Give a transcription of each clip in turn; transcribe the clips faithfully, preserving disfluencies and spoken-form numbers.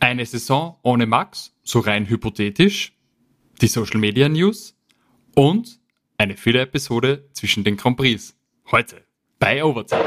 Eine Saison ohne Max, so rein hypothetisch, die Social Media News und eine viele Episode zwischen den Grand Prix. Heute bei Overtake.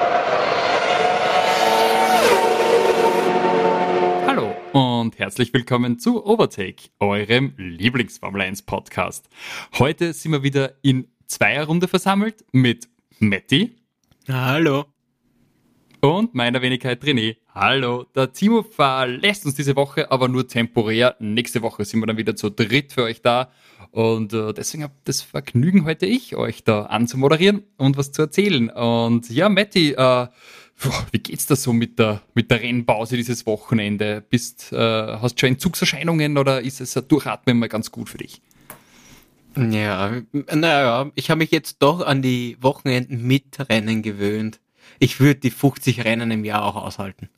Hallo und herzlich willkommen zu Overtake, eurem Lieblings-Formel eins Podcast. Heute sind wir wieder in Zweierrunde versammelt mit Matti. Hallo. Und meiner Wenigkeit René. Hallo, der Timo verlässt uns diese Woche, aber nur temporär. Nächste Woche sind wir dann wieder zu dritt für euch da. Und äh, deswegen habe das Vergnügen heute ich, euch da anzumoderieren und was zu erzählen. Und ja, Matti, äh, wie geht's da so mit der, mit der Rennpause dieses Wochenende? Bist, äh, hast du schon Entzugserscheinungen oder ist es ein Durchatmen mal ganz gut für dich? Ja, naja, ich habe mich jetzt doch an die Wochenenden mit Rennen gewöhnt. Ich würde die fünfzig Rennen im Jahr auch aushalten.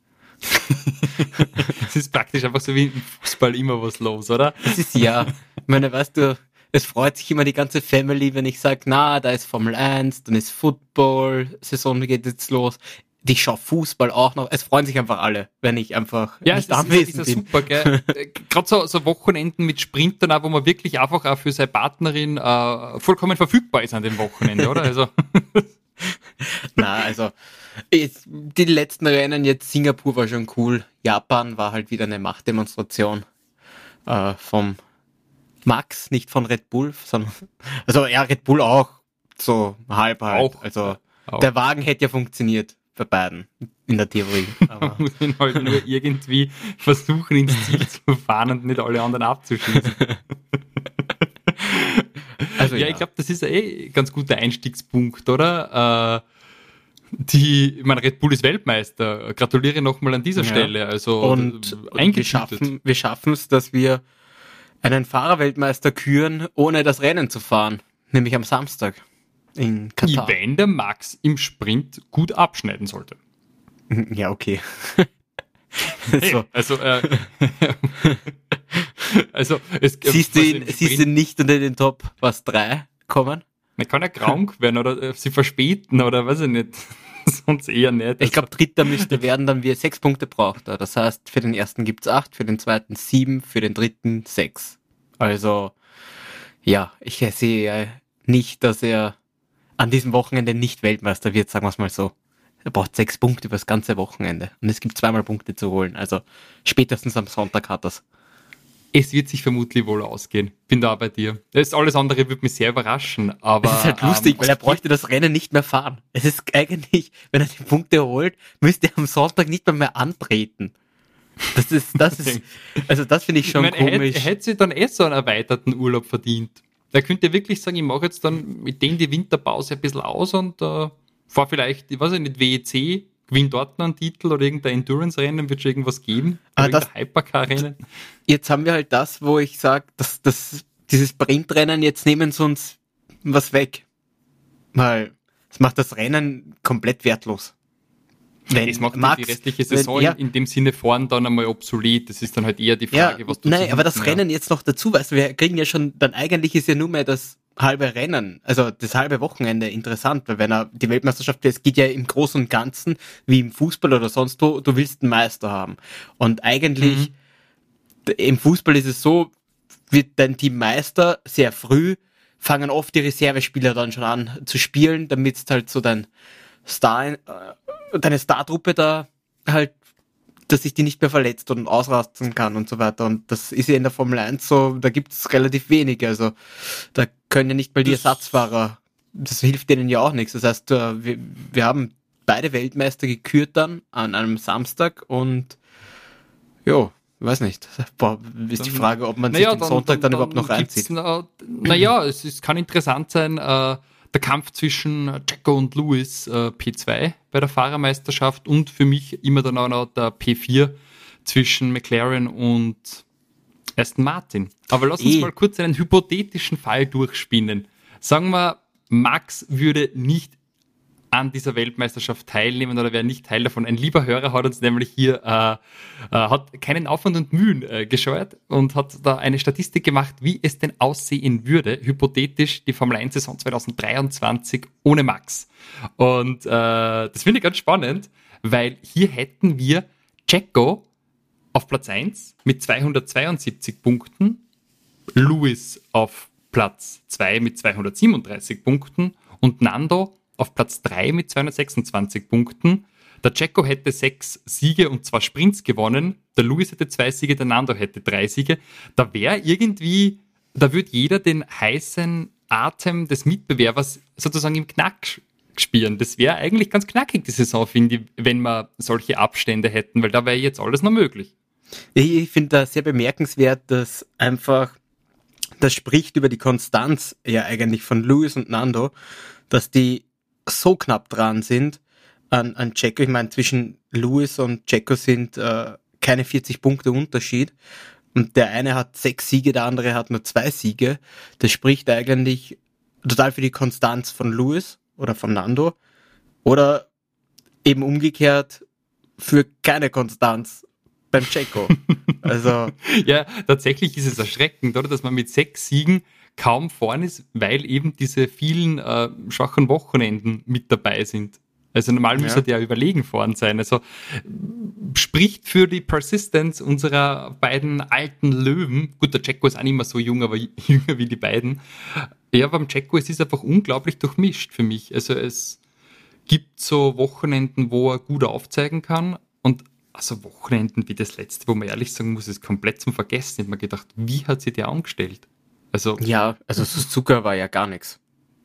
Es ist praktisch einfach so wie im Fußball immer was los, oder? Es ist ja, ich meine, weißt du, es freut sich immer die ganze Family, wenn ich sage, na, da ist Formel eins, dann ist Football, Saison geht jetzt los. Ich schaue Fußball auch noch. Es freuen sich einfach alle, wenn ich einfach ja, nicht es anwesend ist ja bin. super, gell? Gerade so, so Wochenenden mit Sprintern, auch, wo man wirklich einfach auch für seine Partnerin äh, vollkommen verfügbar ist an dem Wochenende, oder? Also Na, also jetzt, die letzten Rennen, jetzt Singapur war schon cool. Japan war halt wieder eine Machtdemonstration äh, vom Max, nicht von Red Bull, sondern also ja, Red Bull auch so halb halt. Auch, also auch. Der Wagen hätte ja funktioniert bei beiden in der Theorie. Aber muss man halt nur irgendwie versuchen, ins Ziel zu fahren und nicht alle anderen abzuschießen. also, ja, ja, ich glaube, das ist eh ein ganz guter Einstiegspunkt, oder? Äh, die, ich meine, Red Bull ist Weltmeister. Gratuliere nochmal an dieser Ja. Stelle. Also und, und wir eingetütet. schaffen wir schaffen es, dass wir einen Fahrerweltmeister küren, ohne das Rennen zu fahren. Nämlich am Samstag in Katar. Wenn der Max im Sprint gut abschneiden sollte. Ja, okay. Hey, so. Also, äh, also es Siehst du was ihn, im siehst du Sprint- ihn nicht unter den Top, was drei kommen? Man kann ja krank werden oder äh, sie verspäten oder weiß ich nicht. Sonst eher nicht. Ich glaube, Dritter müsste werden, dann wir sechs Punkte braucht er. Das heißt, für den ersten gibt's acht, für den zweiten sieben, für den dritten sechs. Also, ja, ich sehe ja nicht, dass er an diesem Wochenende nicht Weltmeister wird, sagen wir es mal so. Er braucht sechs Punkte über das ganze Wochenende. Und es gibt zweimal Punkte zu holen. Also spätestens am Sonntag hat er's. Es wird sich vermutlich wohl ausgehen. Bin da bei dir. Das alles andere würde mich sehr überraschen. Aber Es ist halt lustig, ähm, weil er bräuchte das Rennen nicht mehr fahren. Es ist eigentlich, wenn er die Punkte holt, müsste er am Sonntag nicht mehr, mehr antreten. Das ist, das ist, also das finde ich schon ich meine, er komisch. hätte, er hätte sich dann eh so einen erweiterten Urlaub verdient. Er könnte wirklich sagen, ich mache jetzt dann mit denen die Winterpause ein bisschen aus und äh, fahre vielleicht, ich weiß nicht, W E C, gewinne dort noch einen Titel oder irgendein Endurance-Rennen, wird schon irgendwas geben. Ah, Oder das- irgendein Hypercar-Rennen. Jetzt haben wir halt das, wo ich sage, dass, dass dieses Sprintrennen, jetzt nehmen sie uns was weg. Weil es macht das Rennen komplett wertlos. Wenn Es macht Max- die restliche Saison wenn- ja, in dem Sinne vorn dann einmal obsolet. Das ist dann halt eher die ja, Frage, was du nein, zu aber das hinten, ja. Rennen jetzt noch dazu, weißt du, wir kriegen ja schon, dann eigentlich ist ja nur mehr das halbe Rennen, also das halbe Wochenende interessant, weil wenn er die Weltmeisterschaft, es geht ja im Großen und Ganzen, wie im Fußball oder sonst wo, du willst einen Meister haben. Und eigentlich, Mhm. d- im Fußball ist es so, wird dein Team Meister sehr früh, fangen oft die Reservespieler dann schon an zu spielen, damit halt so dein Star, äh, deine Startruppe da halt, dass sich die nicht mehr verletzt und ausrasten kann und so weiter. Und das ist ja in der Formel eins so, da gibt es relativ wenige. Also da können ja nicht mal die Das- Ersatzfahrer, das hilft denen ja auch nichts. Das heißt, äh, wir, wir haben beide Weltmeister gekürt dann an einem Samstag und jo, weiß nicht. Boah, ist die Dann- Frage, ob man Naja, sich den Sonntag dann, überhaupt noch gibt's reinzieht. na- Naja, es ist, kann interessant sein, äh, der Kampf zwischen Checo und Lewis, äh, P zwei bei der Fahrermeisterschaft und für mich immer dann auch noch der P vier zwischen McLaren und Aston Martin. Aber lass uns Eh. mal kurz einen hypothetischen Fall durchspinnen. Sagen wir, Max würde nicht an dieser Weltmeisterschaft teilnehmen oder wäre nicht Teil davon. Ein lieber Hörer hat uns nämlich hier, äh, äh, hat keinen Aufwand und Mühen äh, gescheut und hat da eine Statistik gemacht, wie es denn aussehen würde, hypothetisch die Formel eins Saison zwanzig dreiundzwanzig ohne Max. Und äh, das finde ich ganz spannend, weil hier hätten wir Checo auf Platz eins mit zweihundertzweiundsiebzig Punkten, Lewis auf Platz zwei mit zweihundertsiebenunddreißig Punkten und Nando auf Platz drei mit zweihundertsechsundzwanzig Punkten. Der Checo hätte sechs Siege und zwei Sprints gewonnen, der Lewis hätte zwei Siege, der Nando hätte drei Siege. Da wäre irgendwie, da würde jeder den heißen Atem des Mitbewerbers sozusagen im Knack spielen. Das wäre eigentlich ganz knackig, die Saison, finde ich, wenn wir solche Abstände hätten, weil da wäre jetzt alles noch möglich. Ich finde das sehr bemerkenswert, dass einfach, das spricht über die Konstanz ja eigentlich von Lewis und Nando, dass die so knapp dran sind an, an Checo. Ich meine, zwischen Lewis und Checo sind äh, keine vierzig Punkte Unterschied. Und der eine hat sechs Siege, der andere hat nur zwei Siege. Das spricht eigentlich total für die Konstanz von Lewis oder von Nando. Oder eben umgekehrt für keine Konstanz beim Checo. Also ja, tatsächlich ist es erschreckend, oder, dass man mit sechs Siegen kaum vorne ist, weil eben diese vielen äh, schwachen Wochenenden mit dabei sind. Also normal ja. müsste der überlegen vorn sein. Also spricht für die Persistence unserer beiden alten Löwen. Gut, der Checo ist auch nicht mehr so jung, aber jünger wie die beiden. Ja, beim Checo, es ist einfach unglaublich durchmischt für mich. Also es gibt so Wochenenden, wo er gut aufzeigen kann und also Wochenenden wie das letzte, wo man ehrlich sagen muss, ist komplett zum Vergessen. Ich habe mir gedacht, wie hat sich der angestellt? Also ja, also Suzuka war ja gar nichts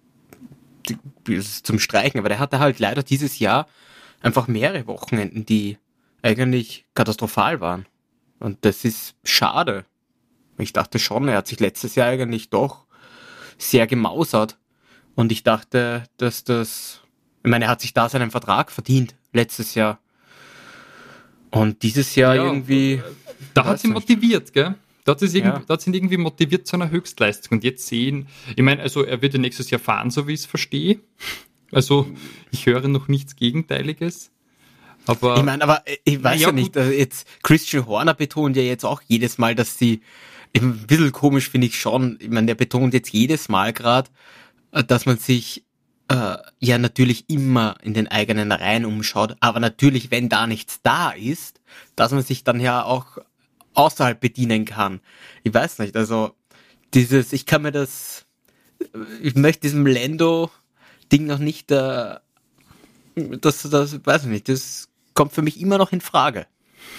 zum Streichen, aber der hatte halt leider dieses Jahr einfach mehrere Wochenenden, die eigentlich katastrophal waren. Und das ist schade. Ich dachte schon, er hat sich letztes Jahr eigentlich doch sehr gemausert. Und ich dachte, dass das, ich meine, er hat sich da seinen Vertrag verdient, letztes Jahr. Und dieses Jahr ja, irgendwie... Da hat sie motiviert, gell? Da hat, irgendwie, ja. da hat sie ihn irgendwie motiviert zu einer Höchstleistung. Und jetzt sehen, ich meine, also er wird ja nächstes Jahr fahren, so wie ich es verstehe. Also ich höre noch nichts Gegenteiliges. Aber ich meine, aber ich weiß ja, ja nicht, also jetzt Christian Horner betont ja jetzt auch jedes Mal, dass sie, ein bisschen komisch finde ich schon, ich meine, der betont jetzt jedes Mal gerade, dass man sich äh, ja natürlich immer in den eigenen Reihen umschaut, aber natürlich, wenn da nichts da ist, dass man sich dann ja auch außerhalb bedienen kann. Ich weiß nicht, also dieses, ich kann mir das, ich möchte diesem Lando-Ding noch nicht, äh, das, das, weiß ich nicht, das kommt für mich immer noch in Frage.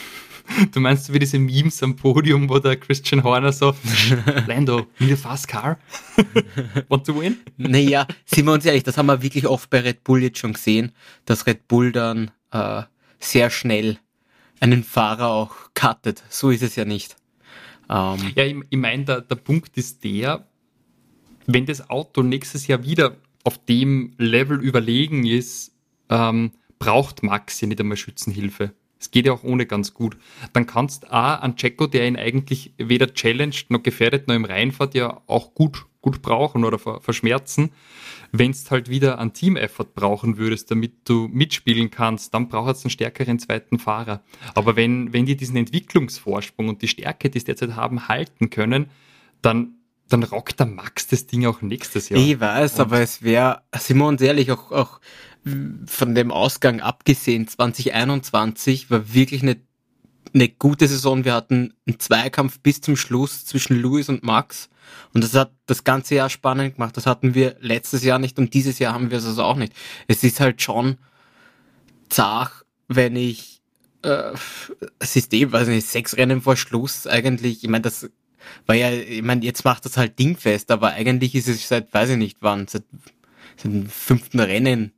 Du meinst wie diese Memes am Podium, wo der Christian Horner so, Lando, need a fast car? Want to win? Naja, sind wir uns ehrlich, das haben wir wirklich oft bei Red Bull jetzt schon gesehen, dass Red Bull dann äh, sehr schnell einen Fahrer auch cuttet. So ist es ja nicht. Ähm, ja, ich, ich meine, der, der Punkt ist der, wenn das Auto nächstes Jahr wieder auf dem Level überlegen ist, ähm, braucht Max ja nicht einmal Schützenhilfe. Es geht ja auch ohne ganz gut. Dann kannst du auch an Checo, der ihn eigentlich weder challenged noch gefährdet noch im Reinfahrt, ja auch gut, gut brauchen oder ver- verschmerzen. Wenn du halt wieder einen Team-Effort brauchen würdest, damit du mitspielen kannst, dann braucht es einen stärkeren zweiten Fahrer. Aber wenn, wenn die diesen Entwicklungsvorsprung und die Stärke, die sie derzeit haben, halten können, dann, dann rockt der Max das Ding auch nächstes Jahr. Ich weiß, und aber es wäre, sind wir uns ehrlich, auch, auch von dem Ausgang abgesehen, zwanzig einundzwanzig war wirklich eine, eine gute Saison. Wir hatten einen Zweikampf bis zum Schluss zwischen Lewis und Max. Und das hat das ganze Jahr spannend gemacht. Das hatten wir letztes Jahr nicht und dieses Jahr haben wir es also auch nicht. Es ist halt schon zart, wenn ich, äh, es ist eh, weiß nicht, sechs Rennen vor Schluss eigentlich, ich meine, das war ja, ich meine, jetzt macht das halt dingfest, aber eigentlich ist es seit, weiß ich nicht wann, seit, seit dem fünften Rennen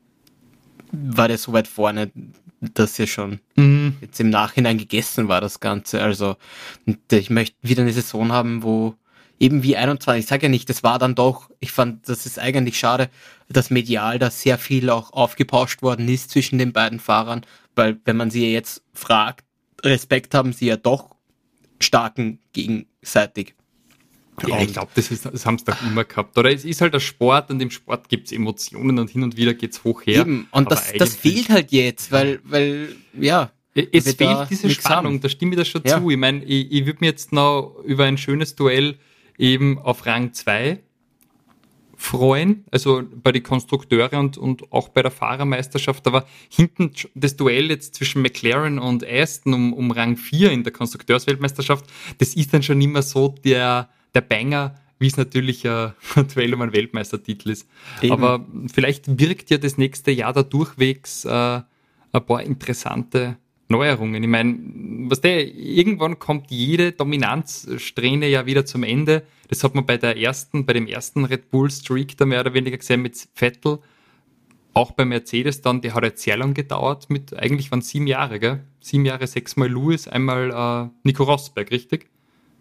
war der so weit vorne, dass ja schon mhm. jetzt im Nachhinein gegessen war, das Ganze. Also, und ich möchte wieder eine Saison haben, wo eben wie einundzwanzig, ich sage ja nicht, das war dann doch, ich fand, das ist eigentlich schade, dass medial da sehr viel auch aufgepauscht worden ist zwischen den beiden Fahrern, weil wenn man sie jetzt fragt, Respekt haben sie ja doch starken gegenseitig. Ja, ich glaube, das, das haben sie doch immer gehabt. Oder es ist halt der Sport und im Sport gibt es Emotionen und hin und wieder geht es hoch her. Eben, und das, das fehlt halt jetzt, weil, weil ja. Es fehlt diese Spannung, haben. Da stimme ich das schon ja. zu. Ich meine, ich, ich würde mir jetzt noch über ein schönes Duell eben auf Rang zwei freuen, also bei den Konstrukteure und, und auch bei der Fahrermeisterschaft, aber hinten das Duell jetzt zwischen McLaren und Aston um, um Rang vier in der Konstrukteursweltmeisterschaft, das ist dann schon immer so der, der Banger, wie es natürlich ein Duell um einen Weltmeistertitel ist. Eben. Aber vielleicht wirkt ja das nächste Jahr da durchwegs äh, ein paar interessante Neuerungen. Ich meine, was der irgendwann kommt jede Dominanzsträhne ja wieder zum Ende. Das hat man bei der ersten, bei dem ersten Red Bull Streak da mehr oder weniger gesehen mit Vettel. Auch bei Mercedes dann, die hat jetzt sehr lang gedauert, mit, eigentlich waren es sieben Jahre, gell? Sieben Jahre, sechsmal Lewis, einmal äh, Nico Rosberg, richtig?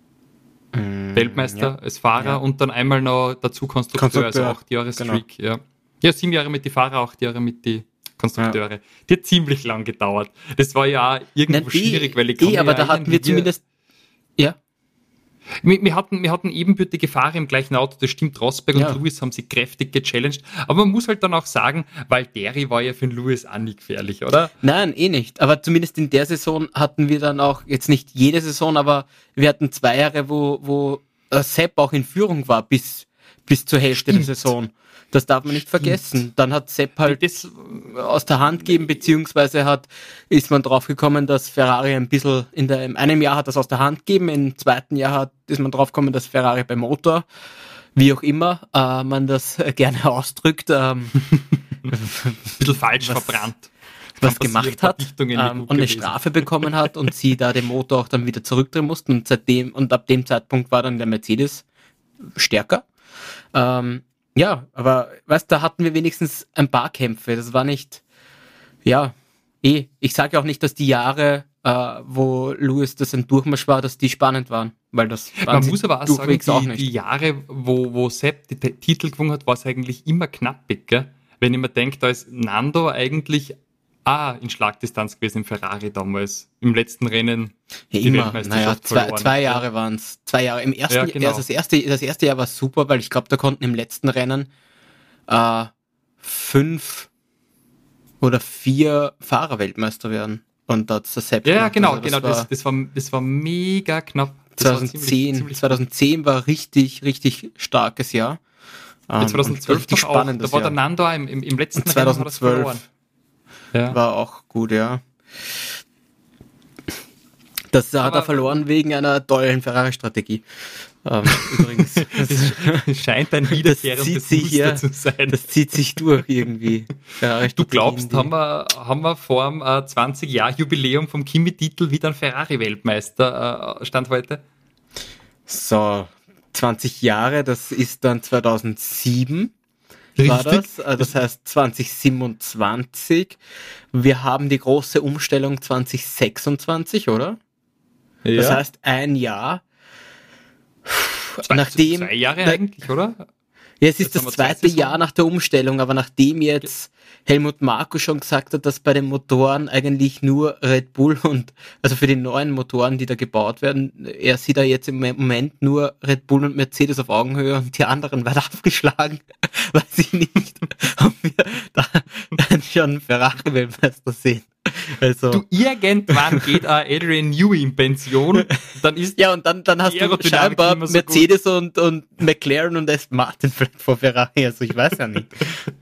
Mm, Weltmeister ja. als Fahrer ja. und dann einmal noch dazu Konstrukteur, Konstrukteur. also acht Jahre Streak, genau. ja. Ja, sieben Jahre mit die Fahrer, acht Jahre mit die Konstrukteure. Ja. Die hat ziemlich lang gedauert. Das war ja irgendwo Nein, schwierig, weil ich eh, aber da hatten wir zumindest, ja. Wir, wir, hatten, wir hatten ebenbürtige Fahrer im gleichen Auto, das stimmt, Rosberg und ja. Lewis haben sie kräftig gechallenged. Aber man muss halt dann auch sagen, Valtteri war ja für den Lewis auch nie gefährlich, oder? Nein, eh nicht. Aber zumindest in der Saison hatten wir dann auch, jetzt nicht jede Saison, aber wir hatten zwei Jahre, wo, wo Sepp auch in Führung war, bis, bis zur Hälfte stimmt. der Saison. Das darf man nicht vergessen. Dann hat Sepp halt das aus der Hand gegeben, beziehungsweise hat, ist man drauf gekommen, dass Ferrari ein bisschen, in, der, in einem Jahr hat das aus der Hand gegeben, im zweiten Jahr hat, ist man drauf gekommen, dass Ferrari beim Motor, wie auch immer, äh, man das gerne ausdrückt, ähm, ein bisschen falsch was, verbrannt. Was gemacht hat ähm, und eine Strafe bekommen hat und sie da den Motor auch dann wieder zurückdrehen mussten und seitdem, und ab dem Zeitpunkt war dann der Mercedes stärker. Ähm, Ja, aber weißt, da hatten wir wenigstens ein paar Kämpfe. Das war nicht, ja, eh. Ich sage auch nicht, dass die Jahre, äh, wo Lewis das ein Durchmarsch war, dass die spannend waren, weil das Man muss aber auch sagen, die, auch nicht. die Jahre, wo, wo Sepp die T- Titel gewonnen hat, war es eigentlich immer knappig, gell? Wenn ich mir denke, da ist Nando eigentlich auch in Schlagdistanz gewesen im Ferrari damals, im letzten Rennen. Ja, immer. Naja, zwei, zwei Jahre waren es. Zwei Jahre. Im ersten, ja, genau. also das erste, das erste Jahr war super, weil ich glaube, da konnten im letzten Rennen äh, fünf oder vier Fahrer Weltmeister werden. Und da hat es Sepp Ja, gemacht. genau, also das genau. War, das, das, war, das war mega knapp. Das zwanzig zehn, war ziemlich, ziemlich zwanzig zehn war richtig, richtig starkes Jahr. Ja, zwanzig zwölf richtig spannend. Da war der Nando im, im, im letzten Rennen hat das verloren. Ja. War auch gut, ja. Das hat er verloren wegen einer tollen Ferrari-Strategie. Ähm, übrigens. Das scheint ein wiederkehrendes Muster zu sein. Das zieht sich durch irgendwie. Du glaubst, haben wir, haben wir vor dem äh, zwanzig-Jahr-Jubiläum vom Kimi-Titel wieder einen Ferrari-Weltmeister, äh, Stand heute? So, zwanzig Jahre, das ist dann zweitausendsieben. War das, das heißt zwanzig siebenundzwanzig. Wir haben die große Umstellung zwanzig sechsundzwanzig, oder? Ja. Das heißt ein Jahr. Zwei, nachdem, zwei Jahre na, eigentlich, oder? Ja, es ist das zweite Jahr nach der Umstellung, aber nachdem jetzt Helmut Marko schon gesagt hat, dass bei den Motoren eigentlich nur Red Bull und, also für die neuen Motoren, die da gebaut werden, er sieht da jetzt im Moment nur Red Bull und Mercedes auf Augenhöhe und die anderen werden abgeschlagen, weiß ich nicht, ob wir da dann schon Ferrari-Weltmeister sehen. Also. Du, irgendwann geht auch Adrian Newey in Pension, dann ist ja, und dann, dann hast du scheinbar so Mercedes und, und McLaren und Aston Martin vor Ferrari, also ich weiß ja nicht.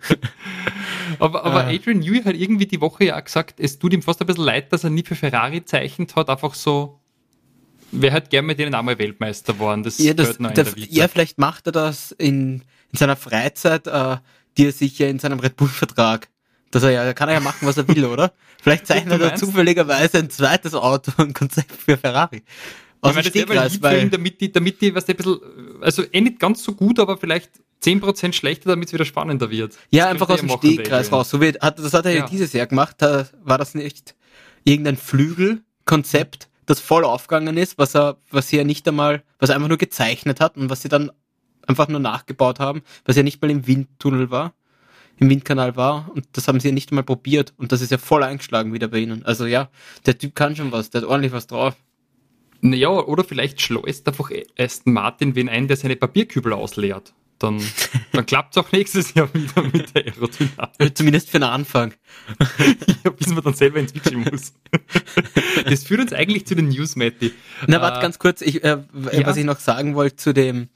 aber aber ah. Adrian Newey hat irgendwie die Woche ja auch gesagt, es tut ihm fast ein bisschen leid, dass er nie für Ferrari zeichnet hat, einfach so, wer hat gern mit denen einmal Weltmeister geworden, das ja, das, noch in der, der ja, vielleicht macht er das in, in seiner Freizeit, äh, die er sich ja in seinem Red Bull-Vertrag Das er ja, kann er ja machen, was er will, oder? Vielleicht zeichnet er zufälligerweise ein zweites Auto, ein Konzept für Ferrari. Aus dem Stegreif, weil damit die, damit die, was der ein bisschen, also eh nicht ganz so gut, aber vielleicht zehn Prozent schlechter, damit es wieder spannender wird. Ja, das einfach aus dem Stegreif raus. So wie, hat, das hat er ja, ja dieses Jahr gemacht. Da war das nicht irgendein Flügelkonzept, das voll aufgegangen ist, was er, was sie ja nicht einmal, was er einfach nur gezeichnet hat und was sie dann einfach nur nachgebaut haben, was ja nicht mal im Windtunnel war, im Windkanal war, und das haben sie ja nicht einmal probiert und das ist ja voll eingeschlagen wieder bei ihnen. Also ja, der Typ kann schon was, der hat ordentlich was drauf. Naja, oder vielleicht schleust einfach Aston Martin wen ein, der seine Papierkübel ausleert. Dann, dann klappt es auch nächstes Jahr wieder mit der Aerodynamik. Zumindest für den Anfang. Ja, bis man dann selber entwickeln muss. Das führt uns eigentlich zu den News, Matti. Na, warte äh, ganz kurz, ich, äh, ja. was ich noch sagen wollte zu dem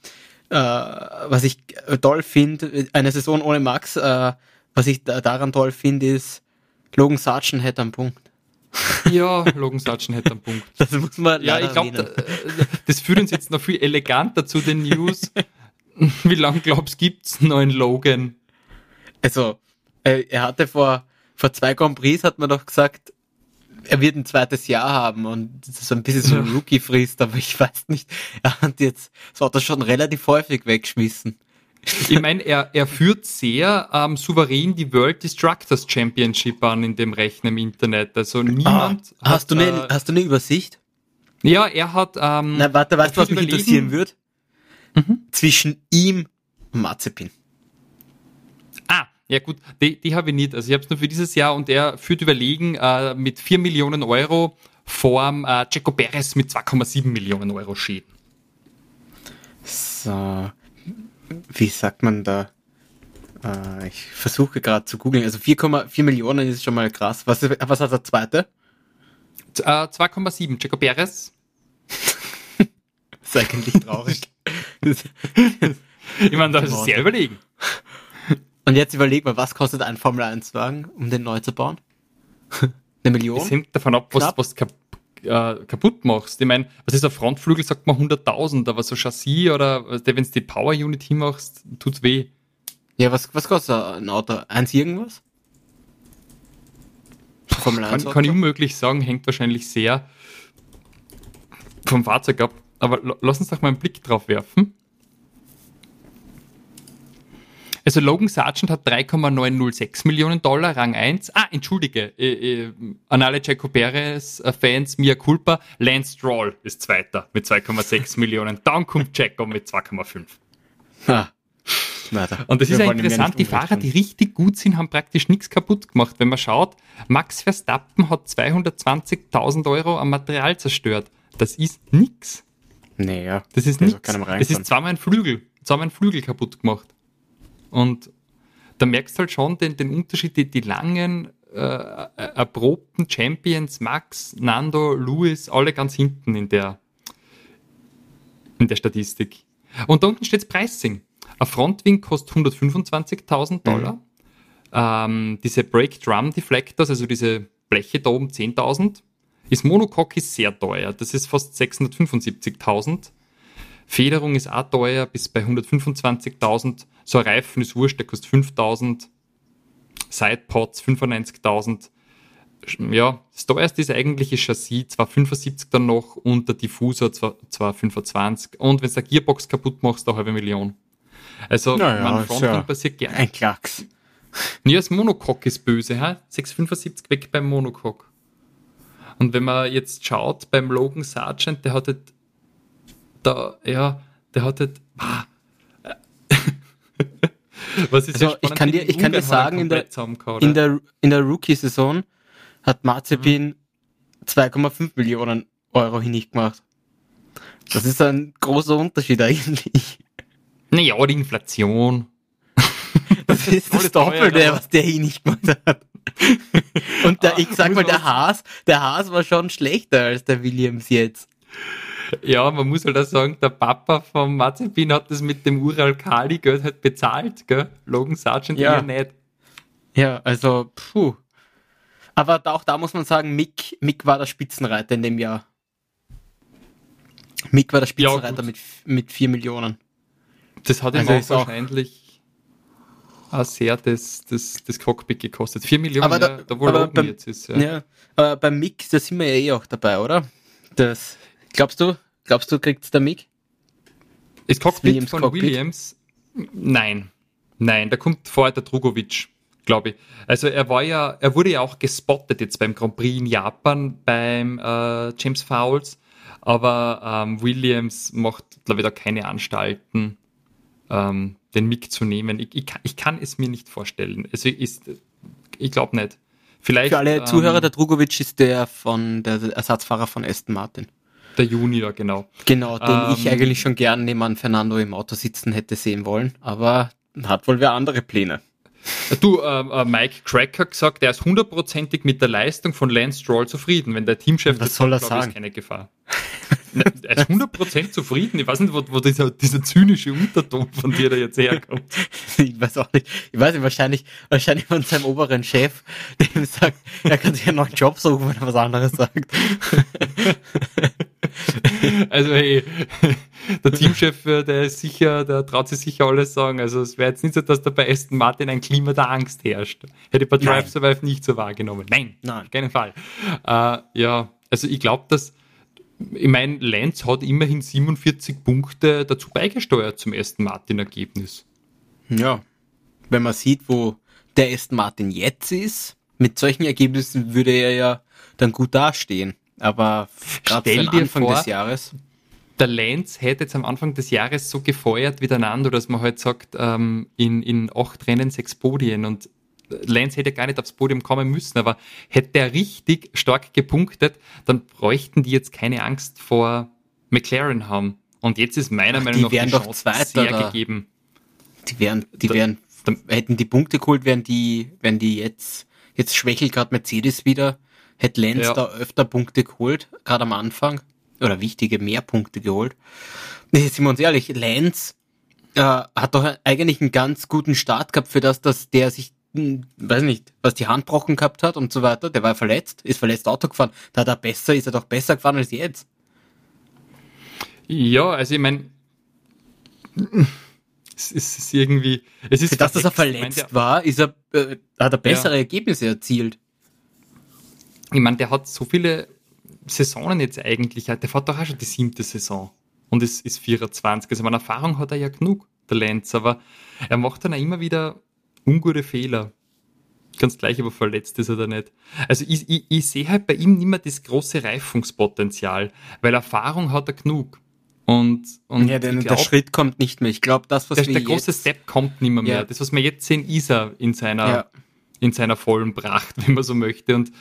äh, was ich toll finde, eine Saison ohne Max, äh, was ich da, daran toll finde, ist, Logan Sargent hätte einen Punkt. Ja, Logan Sargent hätte einen Punkt. Das muss man Ja, leider ich glaube, erwähnen. da, das führt uns jetzt noch viel eleganter zu den News. Wie lange glaubst du, gibt's noch einen Logan? Also, äh, er hatte vor, vor zwei Grand Prix, hat man doch gesagt, er wird ein zweites Jahr haben und das ist ein bisschen so ein Rookie-Frist, aber ich weiß nicht, er hat jetzt das Auto schon relativ häufig weggeschmissen. Ich meine, er, er führt sehr ähm, souverän die World Destructors Championship an in dem Rechner im Internet. Also niemand Ah, hast, hat, du eine, äh, hast du eine Übersicht? Ja, er hat... Ähm, Na, warte, weißt du, was ich mich würd interessieren überlegen- würde? Mhm. Zwischen ihm und Mazepin. Ah, ja gut, die, die habe ich nicht. Also ich habe es nur für dieses Jahr und er führt überlegen äh, mit vier Millionen Euro vorm äh, Checo Perez mit zwei Komma sieben Millionen Euro Schäden. So, wie sagt man da? Äh, ich versuche gerade zu googeln. Also vier Komma vier Millionen ist schon mal krass. Was, ist- was hat der zweite? Z- Äh, zwei Komma sieben, Checo Perez. Das ist eigentlich traurig. Ich meine, da ist es sehr überlegen. Und jetzt überleg mal, was kostet ein Formel eins Wagen, um den neu zu bauen? Eine Million? Es hängt davon ab, was Knapp. was kap äh, kaputt machst. Ich meine, was ist ein Frontflügel, sagt man hunderttausend, aber so Chassis oder wenn du die Power Unit hinmachst, tut's weh. Ja, was, was kostet ein Auto? Eins irgendwas? Formel Kann, eins kann ich Auto? unmöglich sagen, hängt wahrscheinlich sehr vom Fahrzeug ab. Aber lo- lass uns doch mal einen Blick drauf werfen. Also Logan Sargent hat drei Komma neunhundertsechs Millionen Dollar, Rang eins. Ah, entschuldige, äh, äh, an alle Checo Perez-Fans, Mia Culpa, Lance Stroll ist Zweiter mit zwei Komma sechs Millionen. Dann kommt Checo mit zwei Komma fünf. Ha. Weiter. Und das Wir ist ja wollen ihm interessant, die nicht Unrecht Fahrer, die tun. richtig gut sind, haben praktisch nichts kaputt gemacht. Wenn man schaut, Max Verstappen hat zweihundertzwanzigtausend Euro am Material zerstört. Das ist nix. Nee, ja. Das ist Der ist auch nichts. keinem Das reingefahren. ist zweimal ein Flügel. Zweimal ein Flügel kaputt gemacht. Und da merkst du halt schon den, den Unterschied, die, die langen, äh, erprobten Champions, Max, Nando, Lewis, alle ganz hinten in der, in der Statistik. Und da unten steht Pricing. Ein Frontwing kostet hundertfünfundzwanzigtausend Dollar. Mhm. Ähm, diese Brake Drum Deflectors, also diese Bleche da oben zehntausend. Das Monocoque ist sehr teuer. Das ist fast sechshundertfünfundsiebzigtausend. Federung ist auch teuer, bis bei hundertfünfundzwanzigtausend. So ein Reifen ist wurscht, der kostet fünftausend. Sidepods fünfundneunzigtausend. Ja, das teuerste ist eigentlich das Chassis, zweihundertfünfundsiebzig dann noch und der Diffusor zweihundertfünfundzwanzig. Und wenn du der Gearbox kaputt machst, eine halbe Million. Also, Naja, mein ist Frontwing ja passiert gerne. Ein Klacks. Ja, das Monocoque ist böse, hä? sechshundertfünfundsiebzig weg beim Monocoque. Und wenn man jetzt schaut, beim Logan Sargent, der hat halt da, ja, der hat halt, ah, was ist Also, ja spannend, ich kann dir- ich kann dir Ungarn hat er sagen, in der- komplett zusammengehauen, In ja. der, in der Rookie-Saison hat Mazepin zwei Komma fünf Millionen Euro hinig gemacht. Das ist ein großer Unterschied eigentlich. Naja, die Inflation. Das ist das Voll teuer, Doppelte, aber- was der hinig gemacht hat. Und der, Ah, ich sag muss mal, man der Haas, der Haas war schon schlechter als der Williams jetzt. Ja, man muss halt auch sagen, der Papa von Mazepin hat das mit dem Ural Kali Geld halt bezahlt, gell? Logan Sargent Ja. eher nicht. Ja, also, puh. Aber da- auch da muss man sagen, Mick, Mick war der Spitzenreiter in dem Jahr. Mick war der Spitzenreiter gut. mit, mit vier Millionen. Das hat ihm Also auch ist auch- wahrscheinlich auch sehr das, das, das Cockpit gekostet. Vier Millionen, Aber da- ja, da wo aber Logan beim- jetzt ist. Ja. Ja, aber beim Mick, da sind wir ja eh auch dabei, oder? Das, glaubst du, glaubst du, kriegt's der Mick? Das Cockpit Williams von Cockpit? Williams? Nein. Nein, da kommt vorher der Drugovic, glaube ich. Also er war ja, er wurde ja auch gespottet jetzt beim Grand Prix in Japan beim äh, James Fowles, aber ähm, Williams macht, glaube ich, da keine Anstalten, ähm, den Mick zu nehmen. Ich, ich, kann, ich kann es mir nicht vorstellen. Also ist, ich glaube nicht. Vielleicht Für alle ähm, Zuhörer, der Drugovic ist der von, der Ersatzfahrer von Aston Martin. der Junior, genau. Genau, den Ähm, ich eigentlich schon gern neben an Fernando im Auto sitzen hätte sehen wollen, aber hat wohl wer andere Pläne. Du, äh, äh, Mike Crack hat gesagt, er ist hundertprozentig mit der Leistung von Lance Stroll zufrieden. Wenn der Teamchef Was soll er sagt, glaube ich, sagen? ist keine Gefahr. Er ist hundert Prozent zufrieden. Ich weiß nicht, wo, wo dieser, dieser zynische Unterton von dir da jetzt herkommt. Ich weiß auch nicht. Ich weiß nicht, wahrscheinlich, wahrscheinlich von seinem oberen Chef, der ihm sagt, er kann sich ja noch einen Job suchen, wenn er was anderes sagt. Also hey, der Teamchef, der ist sicher, der traut sich sicher alles sagen. Also es wäre jetzt nicht so, dass da bei Aston Martin ein Klima der Angst herrscht. Hätte bei Drive Nein. Survive nicht so wahrgenommen. Nein, Nein. auf keinen Fall. Äh, ja, also ich glaube, dass, ich meine, Lance hat immerhin siebenundvierzig Punkte dazu beigesteuert zum Aston Martin-Ergebnis. Ja. Wenn man sieht, wo der Aston Martin jetzt ist, mit solchen Ergebnissen würde er ja dann gut dastehen. Aber gerade Stell für den dir Anfang vor, des Jahres. Der Lance hätte jetzt am Anfang des Jahres so gefeuert wie der Nando, dass man halt sagt, ähm, in, in acht Rennen sechs Podien, und Lance hätte gar nicht aufs Podium kommen müssen, aber hätte er richtig stark gepunktet, dann bräuchten die jetzt keine Angst vor McLaren haben. Und jetzt ist meiner Ach, Meinung die nach wären die doch Chance Zweiter sehr da. gegeben. Die wären, die Da- wären, hätten die Punkte geholt, wären die, wären die jetzt, jetzt schwächelt gerade Mercedes wieder, hätte Lance Ja. da öfter Punkte geholt, gerade am Anfang, oder wichtige mehr Punkte geholt. Nee, sind wir uns ehrlich, Lance äh, hat doch eigentlich einen ganz guten Start gehabt für das, dass der sich, hm, weiß nicht, was die Hand gebrochen gehabt hat und so weiter, der war verletzt, ist verletzt Auto gefahren, da hat er besser, ist er doch besser gefahren als jetzt. Ja, also ich meine, es ist, es ist irgendwie, es ist Für das, dass er verhext. Ich mein, verletzt war, ist er, äh, hat er bessere Ergebnisse erzielt. Ich meine, der hat so viele Saisonen jetzt eigentlich, der fährt doch auch schon die siebte Saison und es ist vierundzwanzig. Also meine Erfahrung hat er ja genug, der Lenz, aber er macht dann auch immer wieder ungute Fehler. Ganz gleich, ob er verletzt ist oder nicht. Also ich, ich, ich sehe halt bei ihm nicht mehr das große Reifungspotenzial, weil Erfahrung hat er genug. Und, und Ja, der, ich der glaub, Schritt kommt nicht mehr. Ich glaube, das, was der, wir der große jetzt... Step kommt nicht mehr, Ja. mehr. Das, was wir jetzt sehen, ist er in seiner, Ja. in seiner vollen Pracht, wenn man so möchte. Und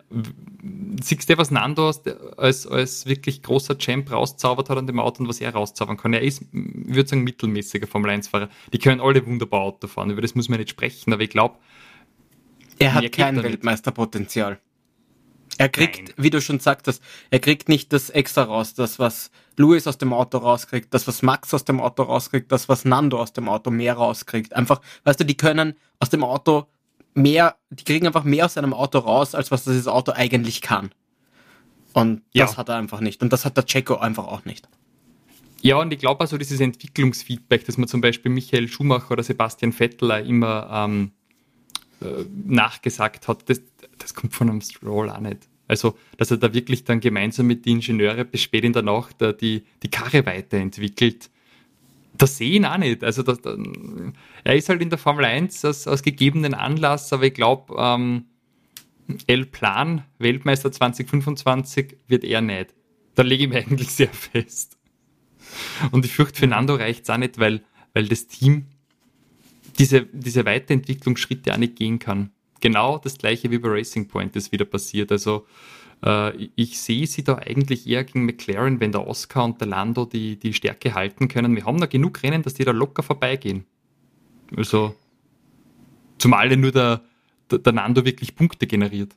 w- siehst du, was Nando aus der- als, als wirklich großer Champ rauszaubert hat an dem Auto und was er rauszaubern kann. Er ist, ich würde sagen, mittelmäßiger Formel eins Fahrer. Die können alle wunderbar Auto fahren, über das muss man nicht sprechen, aber ich glaube, Er Mehr hat geht kein da nicht. Weltmeisterpotenzial. Er kriegt, Nein. wie du schon sagtest, er kriegt nicht das extra raus, das, was Lewis aus dem Auto rauskriegt, das, was Max aus dem Auto rauskriegt, das, was Nando aus dem Auto mehr rauskriegt. Einfach, weißt du, die können aus dem Auto mehr, die kriegen einfach mehr aus einem Auto raus, als was dieses Auto eigentlich kann. Und Ja. das hat er einfach nicht. Und das hat der Checo einfach auch nicht. ja, und ich glaube also dieses Entwicklungsfeedback, das man zum Beispiel Michael Schumacher oder Sebastian Vettel auch immer ähm, äh, nachgesagt hat, das, das kommt von einem Stroll auch nicht. Also, dass er da wirklich dann gemeinsam mit den Ingenieuren bis spät in der Nacht äh, die, die Karre weiterentwickelt. Das sehe ich ihn auch nicht. Also, das, das, er ist halt in der Formel eins aus, aus gegebenen Anlass, aber ich glaube, ähm, El Plan, Weltmeister zwanzig fünfundzwanzig, wird er nicht. Da lege ich mir eigentlich sehr fest. Und ich fürchte, für Nando reicht es auch nicht, weil, weil das Team diese, diese Weiterentwicklungsschritte auch nicht gehen kann. Genau das gleiche wie bei Racing Point ist wieder passiert. Also äh, ich, ich sehe sie da eigentlich eher gegen McLaren, wenn der Oscar und der Lando die, die Stärke halten können. Wir haben da genug Rennen, dass die da locker vorbeigehen. Also zumal ja nur der, der, der Nando wirklich Punkte generiert.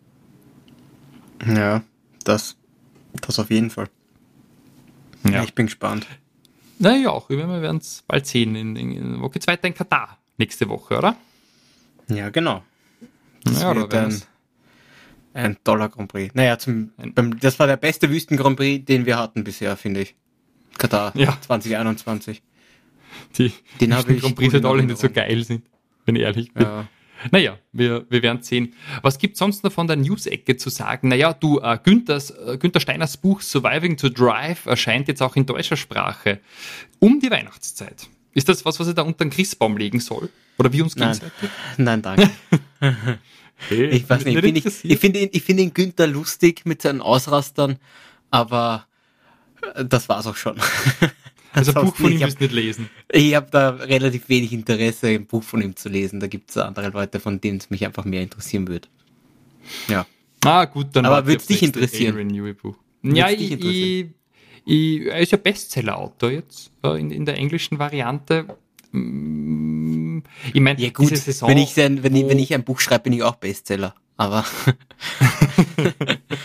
Ja, das, das auf jeden Fall. Ja. Ich bin gespannt. Naja, auch. Wir werden es bald sehen. In, in, in, wo geht's weiter? In Katar nächste Woche, oder? Ja, genau. Das Ja, da wird werden ein, wir's- ein toller Grand Prix. Naja, zum, Ein- beim, das war der beste Wüsten-Grand Prix, den wir hatten bisher, finde ich. Katar Ja. zwanzig einundzwanzig. die, Den die habe ich Grand Prix gut in halt alle nicht so Erinnerung. geil sind, wenn ich ehrlich bin. Ja. Naja, wir, wir werden sehen. Was gibt sonst noch von der News-Ecke zu sagen? Naja, du, äh, Günthers, äh, Günther Steiners Buch Surviving to Drive erscheint jetzt auch in deutscher Sprache um die Weihnachtszeit. Ist das was, was ich da unter den Christbaum legen soll? Oder wie uns Nein. gegenseitig? Nein, danke. Hey, Ich weiß nicht, ich finde ich, interessiert? ich finde ihn, ich finde ihn Günther lustig mit seinen Ausrastern, aber äh, das war's auch schon. Also ein Buch Ansonsten, von ihm ich hab- müsst nicht lesen. Ich habe da relativ wenig Interesse, ein Buch von ihm zu lesen. Da gibt es andere Leute, von denen es mich einfach mehr interessieren würde. Ja. Ah, gut, dann Aber warte ich würd's auf dich das nächste interessieren? Adrian Newey Buch. Würd's Ja, dich ich, ich, interessieren? ich, er ist ja Bestseller-Autor jetzt äh, in, in der englischen Variante. Mm, Ich meine, Ja gut, diese Saison, wenn ich, sein, wenn, ich, wo- wenn ich ein Buch schreibe, bin ich auch Bestseller. Aber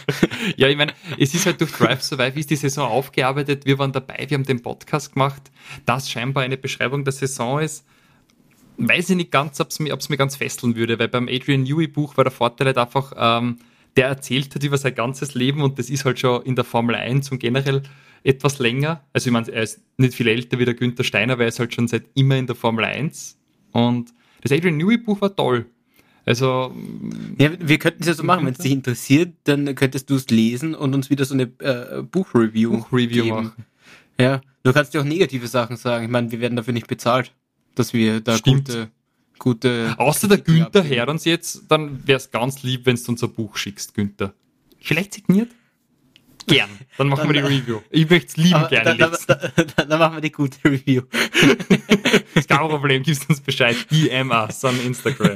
Ja, ich meine, es ist halt durch Drive Survive ist die Saison aufgearbeitet, wir waren dabei, wir haben den Podcast gemacht, das scheinbar eine Beschreibung der Saison ist. Weiß ich nicht ganz, ob es mir, mir ganz fesseln würde, weil beim Adrian Newey Buch war der Vorteil halt einfach, ähm, der erzählt hat über sein ganzes Leben und das ist halt schon in der Formel eins und generell etwas länger. Also ich meine, er ist nicht viel älter wie der Günther Steiner, aber er ist halt schon seit immer in der Formel eins. Und das Adrian Newey Buch war toll. Also ja, wir könnten es ja so machen, wenn es dich interessiert, dann könntest du es lesen und uns wieder so eine äh, Buchreview Buchreview geben. machen. Ja, du kannst ja auch negative Sachen sagen. Ich meine, wir werden dafür nicht bezahlt, dass wir da Stimmt. gute gute Außer der Kritiken Günther abgeben. hört uns jetzt, dann wäre es ganz lieb, wenn du uns ein Buch schickst, Günther. Vielleicht signiert? Gern. Dann machen wir die Review. Ich möchte es lieben Aber gerne dann, lesen. dann, dann, dann machen wir die gute Review. Ist kein Problem, gibst uns Bescheid. D M us an Instagram.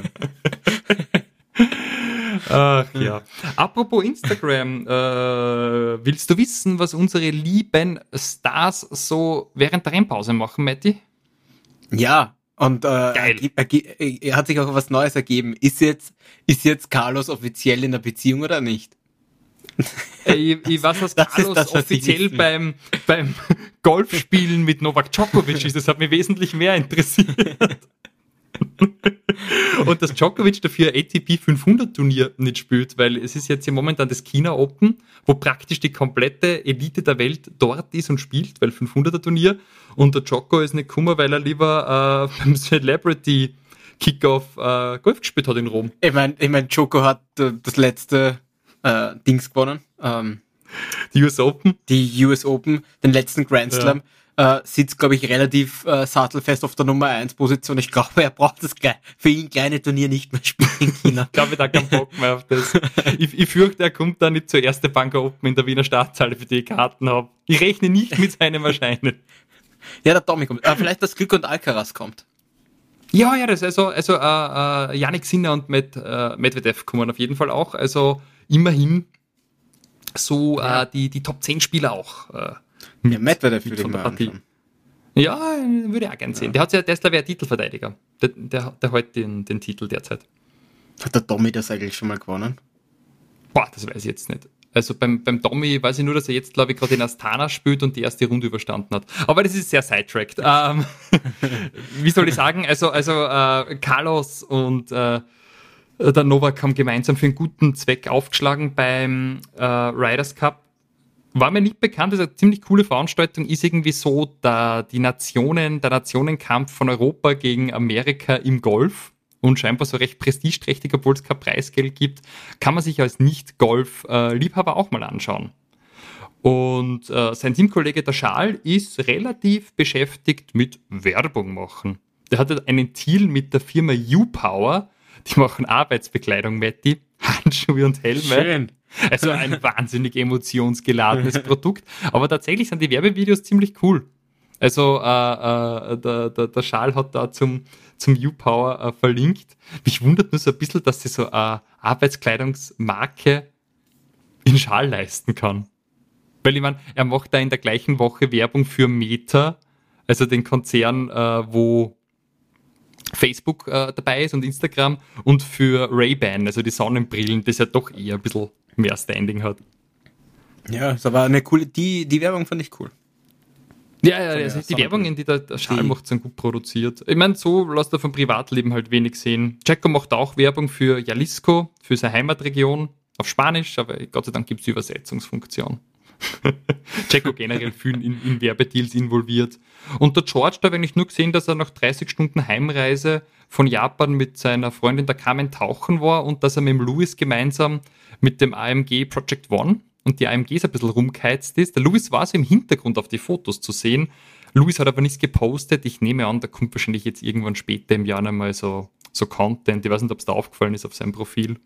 Ach ja. Apropos Instagram, äh, willst du wissen, was unsere lieben Stars so während der Rennpause machen, Matti? Ja, und äh, Geil. ergi- ergi- er hat sich auch was Neues ergeben. Ist jetzt, ist jetzt Carlos offiziell in der Beziehung oder nicht? Äh, Ich, ich weiß, was Das ist Carlos das, was ich offiziell wissen will. beim, beim Golfspielen mit Novak Djokovic ist. Das hat mich wesentlich mehr interessiert. Und dass Djokovic dafür ein A T P fünfhundert Turnier nicht spielt, weil es ist jetzt hier momentan das China Open, wo praktisch die komplette Elite der Welt dort ist und spielt, weil fünfhunderter Turnier. Und der Djoko ist nicht gekommen, weil er lieber äh, beim Celebrity Kickoff äh, Golf gespielt hat in Rom. Ich meine, ich mein, Joko hat äh, das letzte äh, Dings gewonnen. Ähm, Die U S Open. die U S Open, den letzten Grand Slam. Äh, sitzt, glaube ich, relativ äh, sattelfest auf der Nummer eins Position. Ich glaube, er braucht das klei- für ihn kleine Turnier nicht mehr spielen in China. Ich glaube, ich da keinen Bock mehr auf das. Ich, ich fürchte, er kommt da nicht zur ersten Bank Open in der Wiener Stadthalle, für die ich Karten habe. Ich rechne nicht mit seinem Erscheinen. Ja, der Tommy kommt. Äh, vielleicht das Glück und Alcaraz kommt. Ja, ja, das also, also äh, äh, Yannick Sinner und Med, äh, Medvedev kommen auf jeden Fall auch. Also immerhin so Ja. äh, die, die Top zehn Spieler auch. Äh, Ja, Medvedev mit würde ich von der mal Partie. anschauen. Ja, würde ich auch gern sehen. Der hat ja, Tesla wäre Titelverteidiger. Der, der, der hat den, den Titel derzeit. Hat der Tommy das eigentlich schon mal gewonnen? Boah, das weiß ich jetzt nicht. Also beim, beim Tommy weiß ich nur, dass er jetzt, glaube ich, gerade in Astana spielt und die erste Runde überstanden hat. Aber das ist sehr sidetracked. Ähm, wie soll ich sagen? Also, also äh, Carlos und äh, der Novak haben gemeinsam für einen guten Zweck aufgeschlagen beim äh, Riders Cup. War mir nicht bekannt, das ist eine ziemlich coole Veranstaltung, ist irgendwie so der, die Nationen, der Nationenkampf von Europa gegen Amerika im Golf und scheinbar so recht prestigeträchtig, obwohl es kein Preisgeld gibt, kann man sich als Nicht-Golf-Liebhaber auch mal anschauen. Und äh, sein Teamkollege, der Schal, ist relativ beschäftigt mit Werbung machen. Der hat einen Deal mit der Firma U-Power, die machen Arbeitsbekleidung, Matti, Handschuhe und Helme. Schön. Also ein wahnsinnig emotionsgeladenes Produkt. Aber tatsächlich sind die Werbevideos ziemlich cool. Also äh, äh, der, der, der Schal hat da zum, zum U-Power äh, verlinkt. Mich wundert nur so ein bisschen, dass sie so eine Arbeitskleidungsmarke in Schal leisten kann. Weil ich meine, er macht da in der gleichen Woche Werbung für Meta, also den Konzern, äh, wo Facebook äh, dabei ist und Instagram, und für Ray-Ban, also die Sonnenbrillen, das ja doch eher ein bisschen mehr Standing hat. Ja, das war eine coole, die, die Werbung fand ich cool. Ja, ja, Von also der die Werbungen, die der, der Schal Die- macht, sind gut produziert. Ich meine, so lässt er vom Privatleben halt wenig sehen. Jacko macht auch Werbung für Jalisco, für seine Heimatregion, auf Spanisch, aber Gott sei Dank gibt es die Übersetzungsfunktion. Jacko generell viel in, in Werbedeals involviert. Und der George, da habe ich nur gesehen, dass er nach dreißig Stunden Heimreise von Japan mit seiner Freundin der Carmen tauchen war und dass er mit dem Louis gemeinsam mit dem A M G Project One und die A M Gs ein bisschen rumgeheizt ist. Der Louis war so im Hintergrund auf die Fotos zu sehen. Louis hat aber nichts gepostet. Ich nehme an, da kommt wahrscheinlich jetzt irgendwann später im Jahr einmal so, so Content. Ich weiß nicht, ob es da aufgefallen ist auf seinem Profil.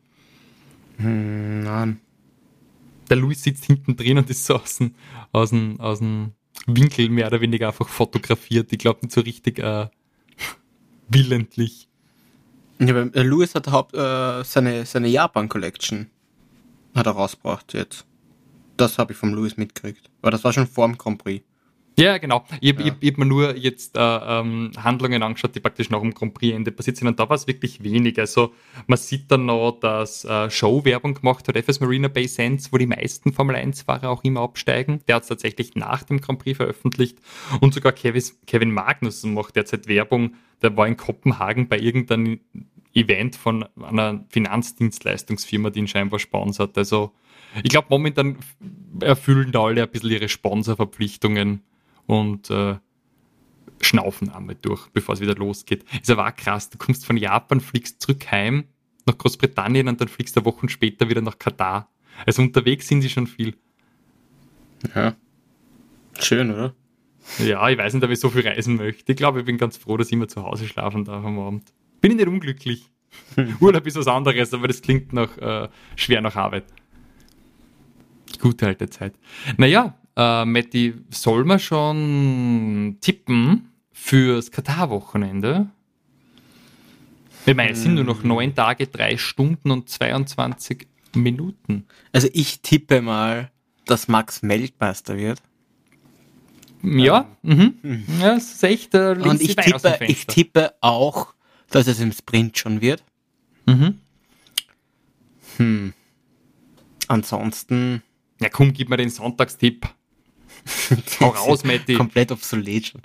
Hm, nein. Der Louis sitzt hinten drin und ist so aus dem, aus dem, aus dem Winkel mehr oder weniger einfach fotografiert. Ich glaube nicht so richtig äh, willentlich. Ja, aber, äh, Louis hat Haupt, äh, seine, seine Japan-Collection hat er rausgebracht jetzt. Das habe ich vom Louis mitgekriegt. Aber das war schon vor dem Grand Prix. Ja, genau. Ich, Ja. ich, ich habe mir nur jetzt äh, ähm, Handlungen angeschaut, die praktisch nach dem Grand Prix-Ende passiert sind. Und da war es wirklich wenig. Also man sieht dann noch, dass äh, Show-Werbung gemacht hat, F S Marina Bay Sands, wo die meisten Formel eins-Fahrer auch immer absteigen. Der hat es tatsächlich nach dem Grand Prix veröffentlicht. Und sogar Kevin, Kevin Magnussen macht derzeit Werbung. Der war in Kopenhagen bei irgendeinem Event von einer Finanzdienstleistungsfirma, die ihn scheinbar sponsert. Also ich glaube, momentan erfüllen da alle ein bisschen ihre Sponsorverpflichtungen und äh, schnaufen einmal durch, bevor es wieder losgeht. Ist aber auch krass, du kommst von Japan, fliegst zurück heim nach Großbritannien und dann fliegst du Wochen später wieder nach Katar. Also unterwegs sind sie schon viel. Ja. Schön, oder? Ja, ich weiß nicht, ob ich so viel reisen möchte. Ich glaube, ich bin ganz froh, dass ich immer zu Hause schlafen darf am Abend. Bin ich nicht unglücklich. Urlaub ist was anderes, aber das klingt nach, äh, schwer nach Arbeit. Gute alte Zeit. Naja, äh, Matti, soll man schon tippen fürs Katar-Wochenende? Ich meine, es sind nur noch neun Tage, drei Stunden und zweiundzwanzig Minuten. Also ich tippe mal, dass Max Weltmeister wird. Ja, mhm. Ja, das ist echt äh, Und ich tippe, ich tippe auch, dass es im Sprint schon wird. Mhm. Hm. Ansonsten Ja, komm, gib mir den Sonntagstipp. Hau raus, Matti. komplett obsolet schon.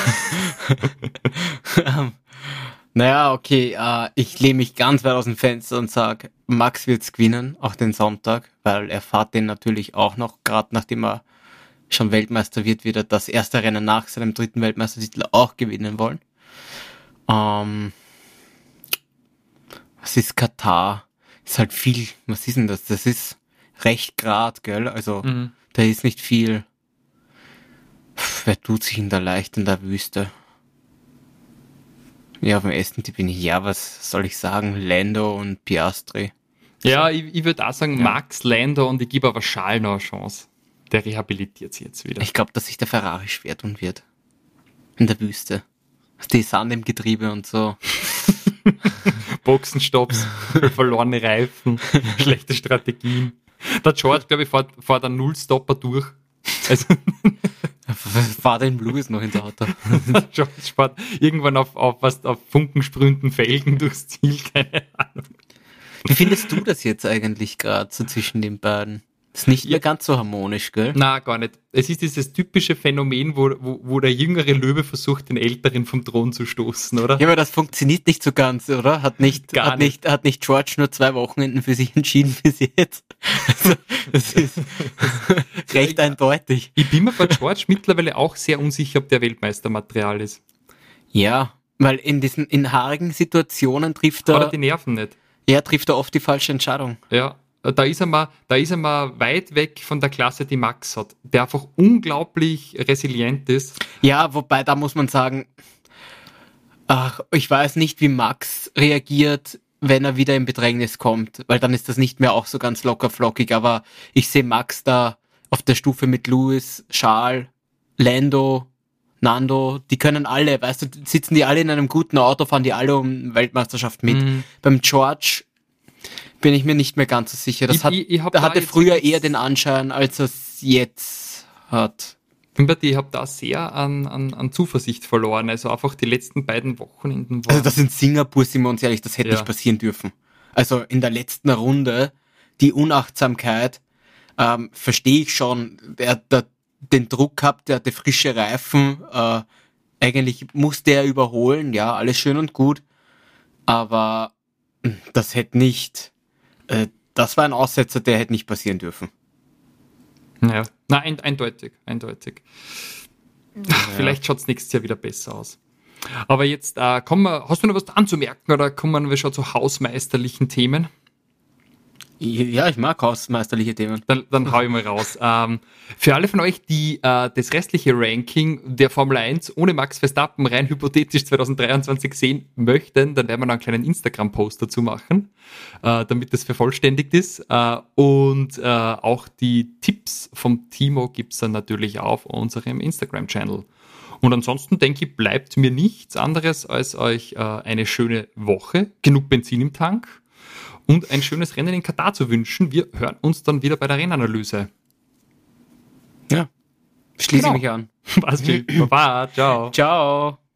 ähm, naja, okay, äh, ich lehne mich ganz weit aus dem Fenster und sage, Max wird's gewinnen, auch den Sonntag, weil er fährt den natürlich auch noch, gerade nachdem er schon Weltmeister wird, wird er das erste Rennen nach seinem dritten Weltmeistertitel auch gewinnen wollen. Ähm, was ist Katar? Ist halt viel, was ist denn das? Das ist recht grad, gell? Also, Mhm. da ist nicht viel. Pff, wer tut sich in der leicht in der Wüste? Ja, auf dem ersten Tipp bin ich, ja, was soll ich sagen? Lando und Piastri. Ja, ich, ich würde auch sagen, Ja. Max, Lando und ich gebe aber Charles noch eine Chance. Der rehabilitiert sich jetzt wieder. Ich glaube, dass sich der Ferrari schwer tun wird. In der Wüste. Die Sand im Getriebe und so. Boxenstopps, verlorene Reifen, schlechte Strategien. Der George, glaube ich, fährt, fährt einen Nullstopper durch. Also, Fahr den Lewis noch ins Auto. George fährt irgendwann auf, auf, was, auf funkensprühenden Felgen durchs Ziel, keine Ahnung. Wie findest du das jetzt eigentlich gerade so zwischen den beiden? Ist nicht mehr ganz so harmonisch, gell? Na, gar nicht. Es ist dieses typische Phänomen, wo, wo, wo der jüngere Löwe versucht, den älteren vom Thron zu stoßen, oder? Ja, aber das funktioniert nicht so ganz, oder? Hat nicht, Gar hat nicht, hat nicht George nur zwei Wochenenden für sich entschieden bis jetzt? Also, das ist recht eindeutig. Ich bin mir bei George mittlerweile auch sehr unsicher, ob der Weltmeistermaterial ist. Ja, weil in diesen, in haarigen Situationen trifft Hat er er, die Nerven nicht? er trifft er oft die falsche Entscheidung. Ja, da ist er mal, da ist er mal weit weg von der Klasse, die Max hat, der einfach unglaublich resilient ist. Ja, wobei, da muss man sagen, ach, ich weiß nicht, wie Max reagiert, wenn er wieder in Bedrängnis kommt, weil dann ist das nicht mehr auch so ganz locker flockig, aber ich sehe Max da auf der Stufe mit Lewis, Charles, Lando, Nando, die können alle, weißt du, sitzen die alle in einem guten Auto, fahren die alle um Weltmeisterschaft mit. Mhm. Beim George bin ich mir nicht mehr ganz so sicher. Das Ich- hat, ich- ich hab der da hatte jetzt früher nichts- eher den Anschein, als er es jetzt hat. Ich habe da sehr an, an, an Zuversicht verloren. Also einfach die letzten beiden Wochenenden waren. Also das in Singapur, sind wir uns ehrlich, das hätte Ja. nicht passieren dürfen. Also in der letzten Runde, die Unachtsamkeit, ähm, verstehe ich schon. Er hat da den Druck gehabt, der hatte frische Reifen. Äh, eigentlich musste er überholen, ja, alles schön und gut. Aber mh, das hätte nicht, äh, das war ein Aussetzer, der hätte nicht passieren dürfen. Ja, nein, ein, eindeutig, eindeutig. Ach, vielleicht schaut es nächstes Jahr wieder besser aus. Aber jetzt äh, kommen wir, hast du noch was anzumerken oder kommen wir schon zu hausmeisterlichen Themen? Ja, ich mag hausmeisterliche Themen. Dann, dann hau ich mal raus. Ähm, für alle von euch, die äh, das restliche Ranking der Formel eins ohne Max Verstappen rein hypothetisch zwanzig dreiundzwanzig sehen möchten, dann werden wir noch einen kleinen Instagram-Post dazu machen, äh, damit das vervollständigt ist. Äh, und äh, auch die Tipps vom Timo gibt's dann natürlich auf unserem Instagram-Channel. Und ansonsten denke ich, bleibt mir nichts anderes, als euch äh, eine schöne Woche, genug Benzin im Tank und ein schönes Rennen in Katar zu wünschen. Wir hören uns dann wieder bei der Rennanalyse. Ja, schließe Genau. ich mich an. Passt schon. Baba, ciao. Ciao.